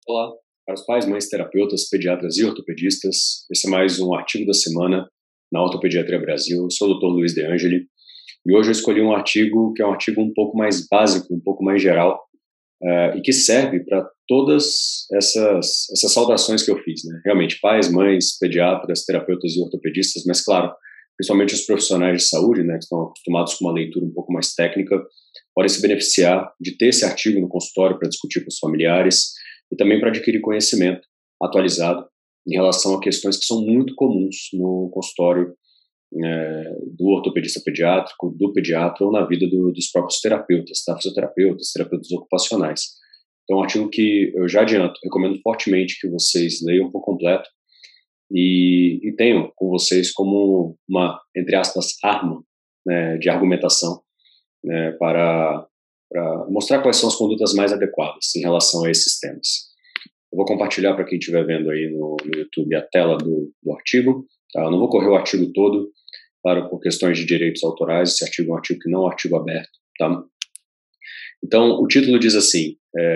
Olá, para os pais, mães, terapeutas, pediatras e ortopedistas. Esse é mais um artigo da semana na Ortopediatria Brasil. Eu sou o Dr. Luiz De Angeli e hoje eu escolhi um artigo que é um artigo um pouco mais básico, um pouco mais geral, e que serve para todas essas saudações que eu fiz, né? Realmente, pais, mães, pediatras, terapeutas e ortopedistas, mas claro, principalmente os profissionais de saúde, né, que estão acostumados com uma leitura um pouco mais técnica, podem se beneficiar de ter esse artigo no consultório para discutir com os familiares e também para adquirir conhecimento atualizado em relação a questões que são muito comuns no consultório do ortopedista pediátrico, do pediatra ou na vida dos próprios terapeutas, tá? Fisioterapeutas, terapeutas ocupacionais. Então, é um artigo que eu já adianto, recomendo fortemente que vocês leiam por completo e tenham com vocês como uma, entre aspas, arma, né, de argumentação, né, para mostrar quais são as condutas mais adequadas em relação a esses temas. Eu vou compartilhar para quem estiver vendo aí no YouTube a tela do artigo. Tá? Eu não vou correr o artigo todo, claro, por questões de direitos autorais. Esse artigo é um artigo que não é um artigo aberto. Tá? Então, o título diz assim,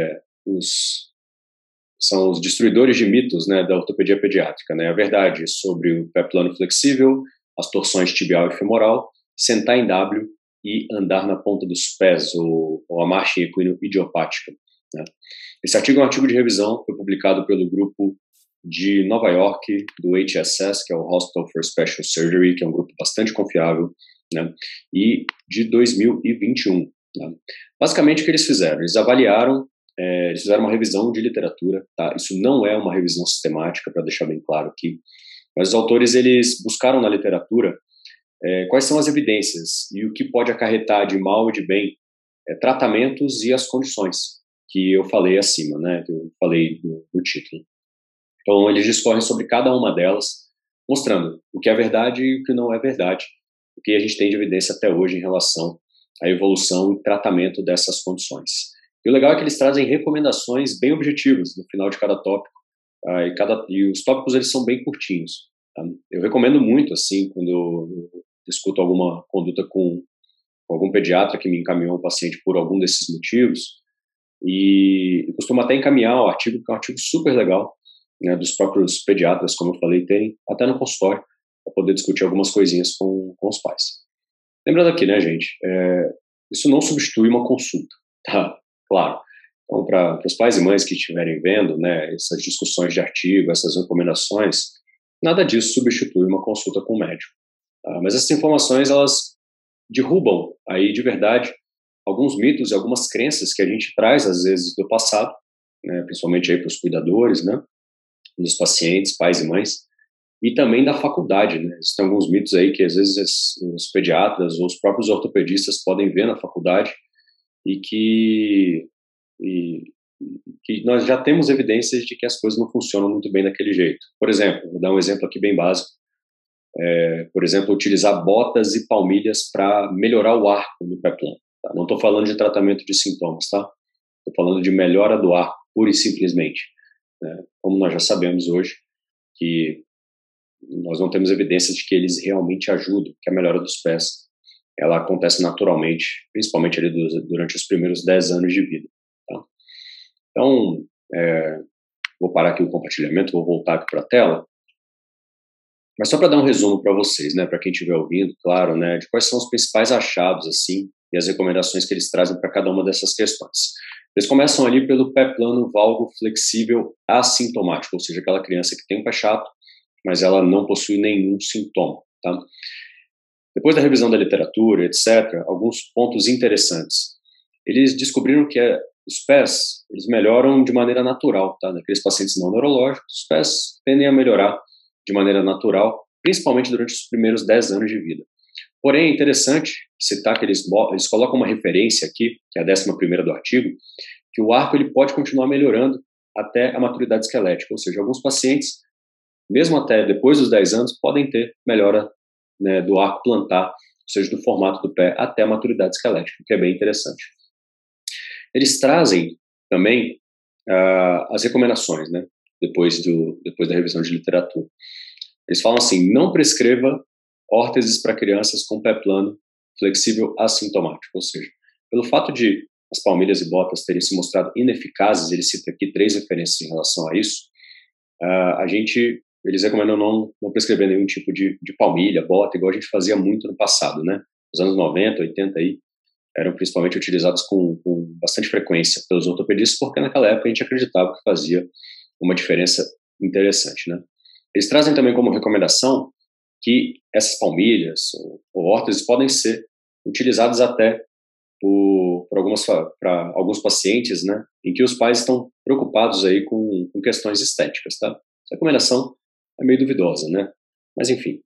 são os destruidores de mitos, né, da ortopedia pediátrica. Né? A verdade sobre o pé plano flexível, as torções tibial e femoral, sentar em W e andar na ponta dos pés, ou a marcha em equino idiopática. Né? Esse artigo é um artigo de revisão, foi publicado pelo grupo de Nova York, do HSS, que é o Hospital for Special Surgery, que é um grupo bastante confiável, né? E de 2021. Né? Basicamente, o que eles fizeram? Eles avaliaram, eles fizeram uma revisão de literatura, tá? Isso não é uma revisão sistemática, para deixar bem claro aqui, mas os autores, eles buscaram na literatura quais são as evidências e o que pode acarretar de mal e de bem tratamentos e as condições que eu falei acima, né, que eu falei no título. Então, eles discorrem sobre cada uma delas, mostrando o que é verdade e o que não é verdade, o que a gente tem de evidência até hoje em relação à evolução e tratamento dessas condições. E o legal é que eles trazem recomendações bem objetivas no final de cada tópico, e os tópicos eles são bem curtinhos. Tá? Eu recomendo muito, assim, quando eu discuto alguma conduta com algum pediatra que me encaminhou um paciente por algum desses motivos, e costumo até encaminhar o artigo, que é um artigo super legal, né, dos próprios pediatras, como eu falei, terem até no consultório, para poder discutir algumas coisinhas com os pais. Lembrando aqui, né, gente, isso não substitui uma consulta, tá? Claro. Então, para os pais e mães que estiverem vendo, né, essas discussões de artigo, essas recomendações, nada disso substitui uma consulta com o médico. Tá? Mas essas informações, elas derrubam aí, de verdade, alguns mitos e algumas crenças que a gente traz, às vezes, do passado, né, principalmente aí para os cuidadores, né, dos pacientes, pais e mães, e também da faculdade, né? Existem alguns mitos aí que às vezes os pediatras ou os próprios ortopedistas podem ver na faculdade e e, que nós já temos evidências de que as coisas não funcionam muito bem daquele jeito. Por exemplo, vou dar um exemplo aqui bem básico. Por exemplo, utilizar botas e palmilhas para melhorar o arco no pé plano. Tá? Não estou falando de tratamento de sintomas, tá? Estou falando de melhora do arco, pura e simplesmente. Né? Como nós já sabemos hoje, que nós não temos evidências de que eles realmente ajudam, que a melhora dos pés ela acontece naturalmente, principalmente ali durante os primeiros 10 anos de vida. Tá? Então, vou parar aqui o compartilhamento, vou voltar aqui para a tela, mas só para dar um resumo para vocês, né, para quem estiver ouvindo, claro, né, de quais são os principais achados, assim, e as recomendações que eles trazem para cada uma dessas questões. Eles começam ali pelo pé plano valgo flexível assintomático, ou seja, aquela criança que tem um pé chato, mas ela não possui nenhum sintoma, tá? Depois da revisão da literatura, etc., alguns pontos interessantes. Eles descobriram que os pés, eles melhoram de maneira natural, tá? Naqueles pacientes não neurológicos, os pés tendem a melhorar de maneira natural, principalmente durante os primeiros 10 anos de vida. Porém, é interessante citar que eles colocam uma referência aqui, que é a 11ª do artigo, que o arco ele pode continuar melhorando até a maturidade esquelética, ou seja, alguns pacientes, mesmo até depois dos 10 anos, podem ter melhora, né, do arco plantar, ou seja, do formato do pé até a maturidade esquelética, o que é bem interessante. Eles trazem também as recomendações, né, depois da revisão de literatura. Eles falam assim, não prescreva órteses para crianças com pé plano flexível assintomático, ou seja, pelo fato de as palmilhas e botas terem se mostrado ineficazes, ele cita aqui 3 referências em relação a isso, eles recomendam não prescrever nenhum tipo de palmilha, bota, igual a gente fazia muito no passado, né? Nos anos 90, 80 aí, eram principalmente utilizados com bastante frequência pelos ortopedistas, porque naquela época a gente acreditava que fazia uma diferença interessante, né? Eles trazem também como recomendação que essas palmilhas ou órteses podem ser utilizadas até para alguns pacientes, né, em que os pais estão preocupados aí com questões estéticas, tá? Essa recomendação é meio duvidosa, né? Mas enfim.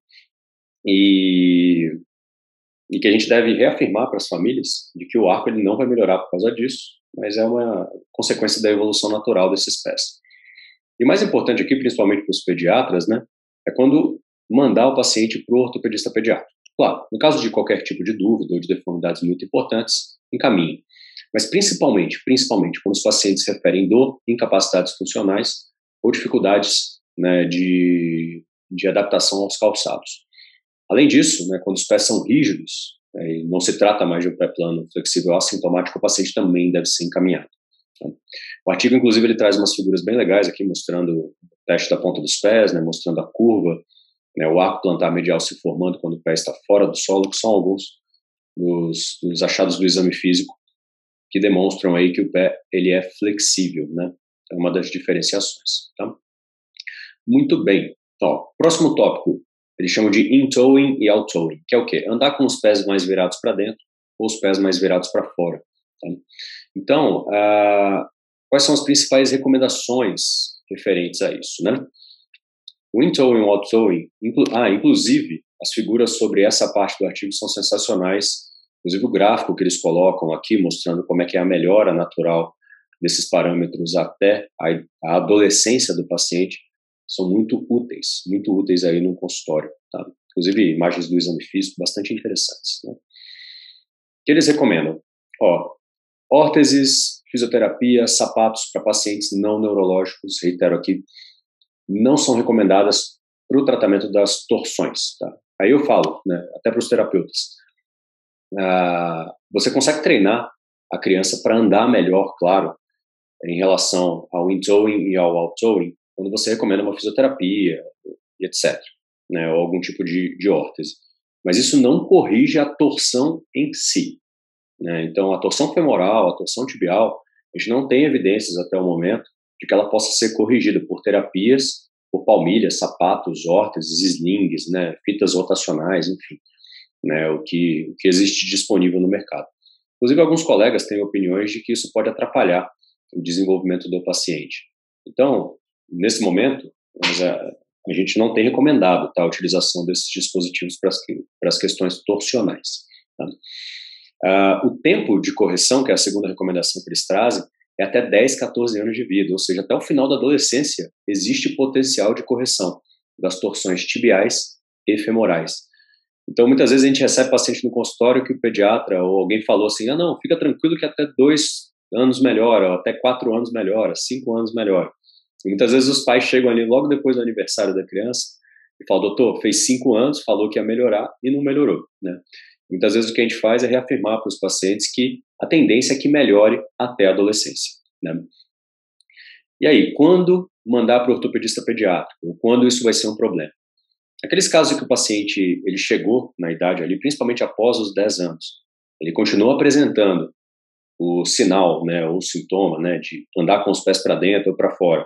E que a gente deve reafirmar para as famílias de que o arco ele não vai melhorar por causa disso, mas é uma consequência da evolução natural desses pés. E o mais importante aqui, principalmente para os pediatras, né, é quando mandar o paciente para o ortopedista pediátrico. Claro, no caso de qualquer tipo de dúvida ou de deformidades muito importantes, encaminhe. Mas principalmente, quando os pacientes se referem dor, incapacidades funcionais ou dificuldades, né, de adaptação aos calçados. Além disso, né, quando os pés são rígidos, e não se trata mais de um pré-plano flexível assintomático, o paciente também deve ser encaminhado. Tá? O artigo, inclusive, ele traz umas figuras bem legais aqui, mostrando o teste da ponta dos pés, né, mostrando a curva, né, o arco plantar medial se formando quando o pé está fora do solo, que são alguns dos achados do exame físico que demonstram aí que o pé ele é flexível, né? É uma das diferenciações. Tá? Muito bem. Ó, próximo tópico, eles chamam de in-toeing e out-toeing, que é o quê? Andar com os pés mais virados para dentro ou os pés mais virados para fora. Tá? Então, quais são as principais recomendações referentes a isso, né? O in-toeing e o out-toeing, inclusive, as figuras sobre essa parte do artigo são sensacionais, inclusive o gráfico que eles colocam aqui, mostrando como é que é a melhora natural desses parâmetros até a adolescência do paciente, são muito úteis aí no consultório, tá? Inclusive imagens do exame físico bastante interessantes, né? O que eles recomendam? Ó, órteses, fisioterapia, sapatos para pacientes não neurológicos, reitero aqui, não são recomendadas para o tratamento das torções, tá? Aí eu falo, né, até para os terapeutas, você consegue treinar a criança para andar melhor, claro, em relação ao in-toeing e ao out-toeing, quando você recomenda uma fisioterapia, e etc., né, ou algum tipo de órtese. Mas isso não corrige a torção em si, né? Então, a torção femoral, a torção tibial, a gente não tem evidências até o momento de que ela possa ser corrigida por terapias, por palmilhas, sapatos, órteses, slings, né, fitas rotacionais, enfim, né, o que existe disponível no mercado. Inclusive, alguns colegas têm opiniões de que isso pode atrapalhar o desenvolvimento do paciente. Então, nesse momento, a gente não tem recomendado, tá, a utilização desses dispositivos para as questões torsionais. Tá? O tempo de correção, que é a segunda recomendação que eles trazem, é até 10, 14 anos de vida, ou seja, até o final da adolescência existe potencial de correção das torções tibiais e femorais. Então, muitas vezes a gente recebe paciente no consultório que o pediatra ou alguém falou assim, não, fica tranquilo que até 2 anos melhora, ou até 4 anos melhora, 5 anos melhora. E muitas vezes os pais chegam ali logo depois do aniversário da criança e falam, doutor, fez 5 anos, falou que ia melhorar e não melhorou, né? Muitas vezes o que a gente faz é reafirmar para os pacientes que a tendência é que melhore até a adolescência, né? E aí, quando mandar para o ortopedista pediátrico? Ou quando isso vai ser um problema? Aqueles casos em que o paciente ele chegou na idade ali, principalmente após os 10 anos, ele continua apresentando o sinal, né, ou o sintoma, né, de andar com os pés para dentro ou para fora.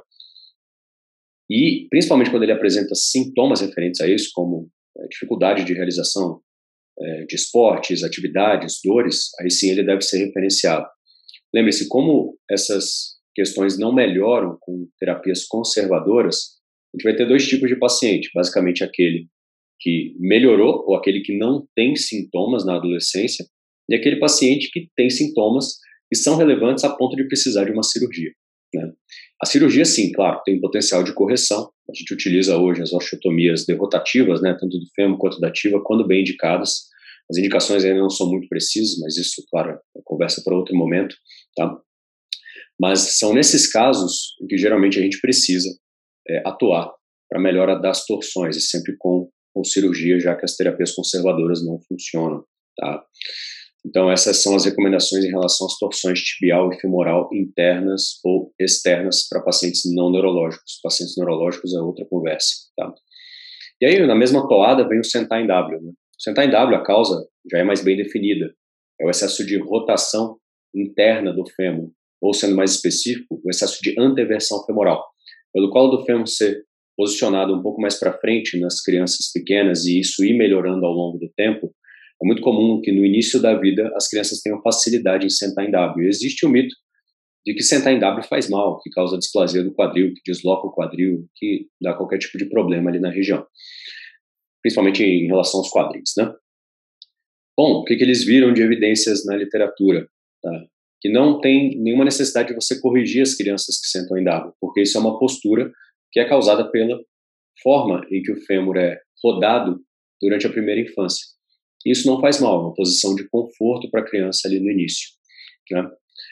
E, principalmente quando ele apresenta sintomas referentes a isso, como dificuldade de realização de esportes, atividades, dores, aí sim ele deve ser referenciado. Lembre-se, como essas questões não melhoram com terapias conservadoras, a gente vai ter 2 tipos de paciente, basicamente aquele que melhorou ou aquele que não tem sintomas na adolescência e aquele paciente que tem sintomas que são relevantes a ponto de precisar de uma cirurgia, né? A cirurgia, sim, claro, tem potencial de correção. A gente utiliza hoje as osteotomias derrotativas, né, tanto do fêmur quanto da tíbia, quando bem indicadas. As indicações ainda não são muito precisas, mas isso, claro, é conversa para outro momento, tá? Mas são nesses casos em que geralmente a gente precisa atuar para melhora das torções, e sempre com cirurgia, já que as terapias conservadoras não funcionam, tá? Então, essas são as recomendações em relação às torções tibial e femoral internas ou externas para pacientes não neurológicos. Pacientes neurológicos é outra conversa, tá? E aí, na mesma toada, vem o sentar em W, né? O sentar em W, a causa já é mais bem definida. É o excesso de rotação interna do fêmur, ou sendo mais específico, o excesso de anteversão femoral, pelo colo do fêmur ser posicionado um pouco mais para frente nas crianças pequenas e isso ir melhorando ao longo do tempo. É muito comum que no início da vida as crianças tenham facilidade em sentar em W. Existe o mito de que sentar em W faz mal, que causa displasia do quadril, que desloca o quadril, que dá qualquer tipo de problema ali na região, principalmente em relação aos quadris, né? Bom, o que eles viram de evidências na literatura? Tá? Que não tem nenhuma necessidade de você corrigir as crianças que sentam em W, porque isso é uma postura que é causada pela forma em que o fêmur é rodado durante a primeira infância. Isso não faz mal, é uma posição de conforto para a criança ali no início, né?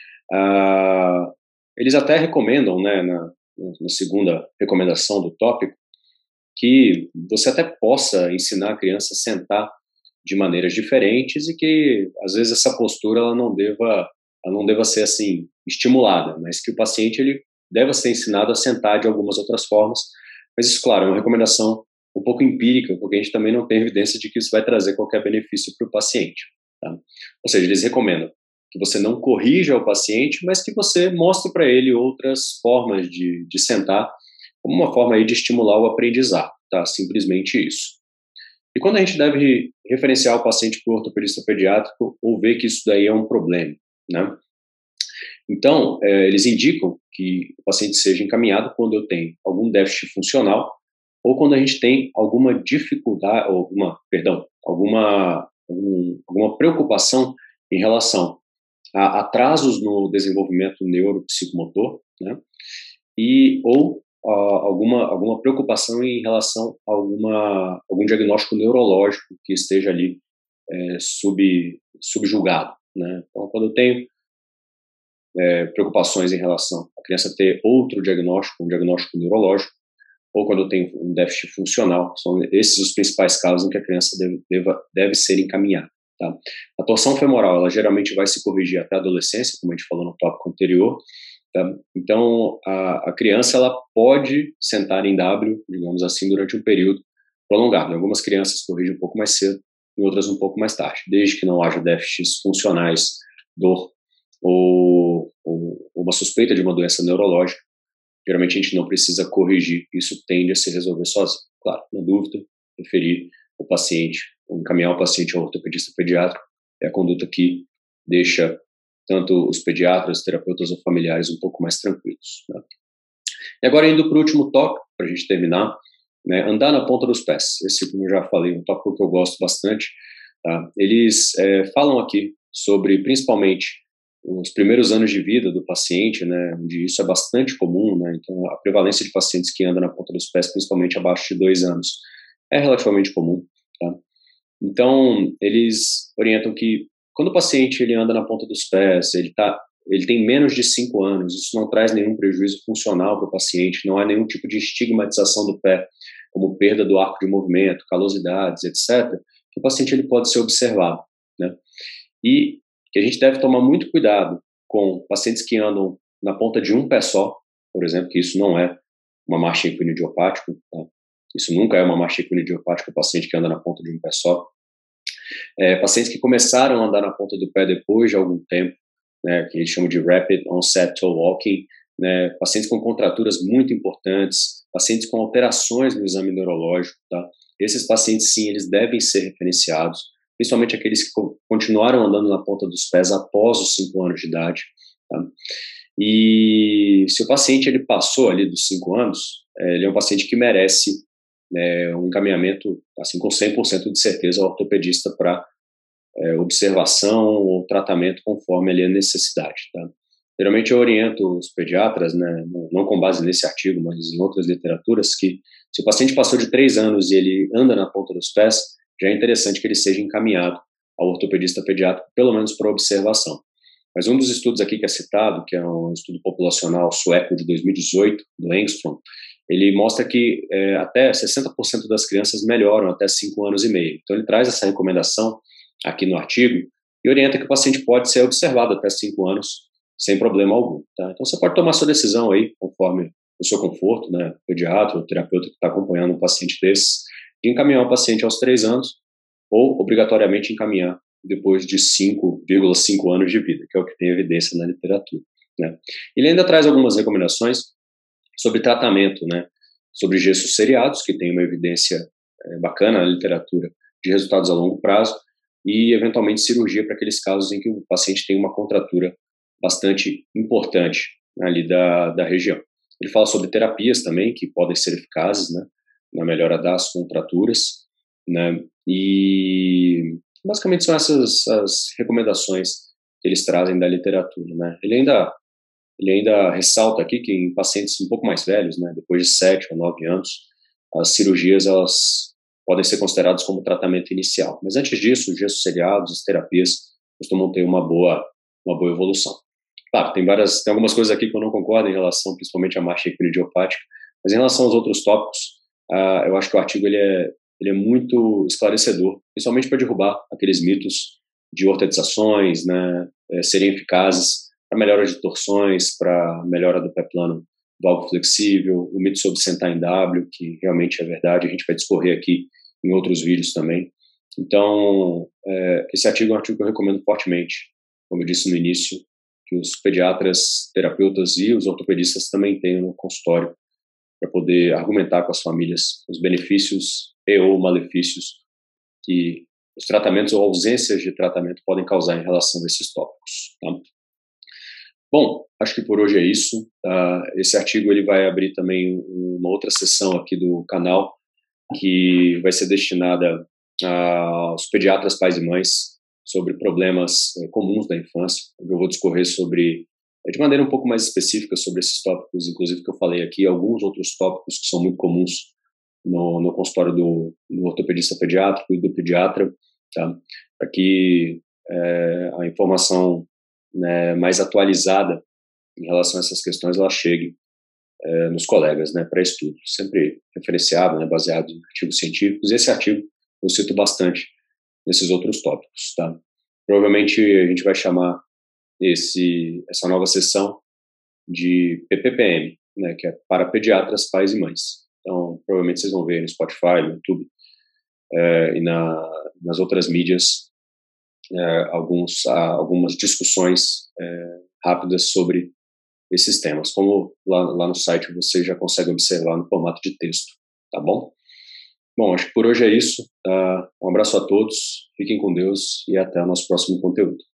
Eles até recomendam, né, na segunda recomendação do tópico, que você até possa ensinar a criança a sentar de maneiras diferentes e que, às vezes, essa postura ela não deva ser, assim, estimulada, mas que o paciente ele deva ser ensinado a sentar de algumas outras formas. Mas isso, claro, é uma recomendação um pouco empírica, porque a gente também não tem evidência de que isso vai trazer qualquer benefício para o paciente, tá? Ou seja, eles recomendam que você não corrija o paciente, mas que você mostre para ele outras formas de sentar, como uma forma aí de estimular o aprendizado, tá? Simplesmente isso. E quando a gente deve referenciar o paciente para o ortopedista pediátrico ou ver que isso daí é um problema, né? Então, eles indicam que o paciente seja encaminhado quando eu tenho algum déficit funcional ou quando a gente tem alguma dificuldade, alguma preocupação em relação a atrasos no desenvolvimento neuropsicomotor, né? Ou alguma preocupação em relação a algum diagnóstico neurológico que esteja ali subjugado, né? Então, quando eu tenho preocupações em relação à criança ter outro diagnóstico, um diagnóstico neurológico, ou quando eu tenho um déficit funcional, são esses os principais casos em que a criança deve ser encaminhada, tá? A torção femoral, ela geralmente vai se corrigir até a adolescência, como a gente falou no tópico anterior, tá? Então, a criança, ela pode sentar em W, digamos assim, durante um período prolongado. Em algumas crianças corrigem um pouco mais cedo, em outras um pouco mais tarde, desde que não haja déficits funcionais, dor ou uma suspeita de uma doença neurológica. Geralmente a gente não precisa corrigir, isso tende a se resolver sozinho. Claro, na dúvida, referir o paciente, ou encaminhar o paciente ao ortopedista pediátrico, é a conduta que deixa tanto os pediatras, terapeutas ou familiares um pouco mais tranquilos, né? E agora indo para o último tópico, para a gente terminar, né, andar na ponta dos pés. Esse, como eu já falei, é um tópico que eu gosto bastante, tá? Eles falam aqui sobre, principalmente, os primeiros anos de vida do paciente, né, onde isso é bastante comum, né, então a prevalência de pacientes que andam na ponta dos pés, principalmente abaixo de 2 anos, é relativamente comum, tá? Então, eles orientam que quando o paciente ele anda na ponta dos pés, ele tem menos de 5 anos, isso não traz nenhum prejuízo funcional para o paciente, não há nenhum tipo de estigmatização do pé, como perda do arco de movimento, calosidades, etc., que o paciente ele pode ser observado, né? E que a gente deve tomar muito cuidado com pacientes que andam na ponta de um pé só, por exemplo, que isso não é uma marcha equinoidiopática, tá? Isso nunca é uma marcha equinoidiopática, o paciente que anda na ponta de um pé só. Pacientes que começaram a andar na ponta do pé depois de algum tempo, né, que eles chamam de Rapid Onset Toe Walking, né, pacientes com contraturas muito importantes, pacientes com alterações no exame neurológico, tá? Esses pacientes, sim, eles devem ser referenciados, principalmente aqueles que continuaram andando na ponta dos pés após os 5 anos de idade, tá? E se o paciente ele passou ali dos 5 anos, ele é um paciente que merece um encaminhamento assim, com 100% de certeza ao ortopedista para observação ou tratamento conforme ali a necessidade, tá? Geralmente eu oriento os pediatras, né, não com base nesse artigo, mas em outras literaturas, que se o paciente passou de 3 anos e ele anda na ponta dos pés, já é interessante que ele seja encaminhado ao ortopedista pediátrico, pelo menos para observação. Mas um dos estudos aqui que é citado, que é um estudo populacional sueco de 2018, do Engström, ele mostra que até 60% das crianças melhoram até 5 anos e meio. Então ele traz essa recomendação aqui no artigo e orienta que o paciente pode ser observado até 5 anos sem problema algum. Tá? Então, você pode tomar sua decisão aí, conforme o seu conforto, né, o pediatra, o terapeuta que está acompanhando um paciente desses, de encaminhar o paciente aos 3 anos ou, obrigatoriamente, encaminhar depois de 5,5 anos de vida, que é o que tem evidência na literatura. Né? Ele ainda traz algumas recomendações sobre tratamento, né, sobre gestos seriados, que tem uma evidência bacana na literatura de resultados a longo prazo, e, eventualmente, cirurgia para aqueles casos em que o paciente tem uma contratura bastante importante ali da região. Ele fala sobre terapias também, que podem ser eficazes, né, na melhora das contraturas, né, e basicamente são essas as recomendações que eles trazem da literatura, né. Ele ainda ressalta aqui que em pacientes um pouco mais velhos, né, depois de 7 ou 9 anos, as cirurgias elas podem ser consideradas como tratamento inicial. Mas antes disso, os gestos seriados, as terapias costumam ter uma boa evolução. Claro, tem algumas coisas aqui que eu não concordo em relação, principalmente à marcha equilidiopática, mas em relação aos outros tópicos, eu acho que o artigo ele é muito esclarecedor, principalmente para derrubar aqueles mitos de ortetizações, né, serem eficazes para melhora de torções, para melhora do pé plano do álbum flexível, o mito sobre sentar em W, que realmente é verdade, a gente vai discorrer aqui em outros vídeos também. Então, esse artigo é um artigo que eu recomendo fortemente, como eu disse no início, que os pediatras, terapeutas e os ortopedistas também tenham no consultório, para poder argumentar com as famílias os benefícios e ou malefícios que os tratamentos ou ausências de tratamento podem causar em relação a esses tópicos. Tá? Bom, acho que por hoje é isso. Esse artigo ele vai abrir também uma outra sessão aqui do canal, que vai ser destinada aos pediatras, pais e mães, sobre problemas comuns da infância, onde eu vou discorrer sobre, de maneira um pouco mais específica, sobre esses tópicos, inclusive que eu falei aqui, alguns outros tópicos que são muito comuns no consultório do ortopedista pediátrico e do pediatra, tá? Para que a informação, né, mais atualizada em relação a essas questões ela chegue nos colegas, né, para estudo, sempre referenciado, né, baseado em artigos científicos, e esse artigo eu cito bastante nesses outros tópicos, tá? Provavelmente a gente vai chamar essa nova sessão de PPPM, né, que é para pediatras, pais e mães. Então, provavelmente vocês vão ver no Spotify, no YouTube e nas outras mídias algumas discussões rápidas sobre esses temas, como lá no site você já consegue observar no formato de texto, tá bom? Bom, acho que por hoje é isso. Um abraço a todos, fiquem com Deus e até o nosso próximo conteúdo.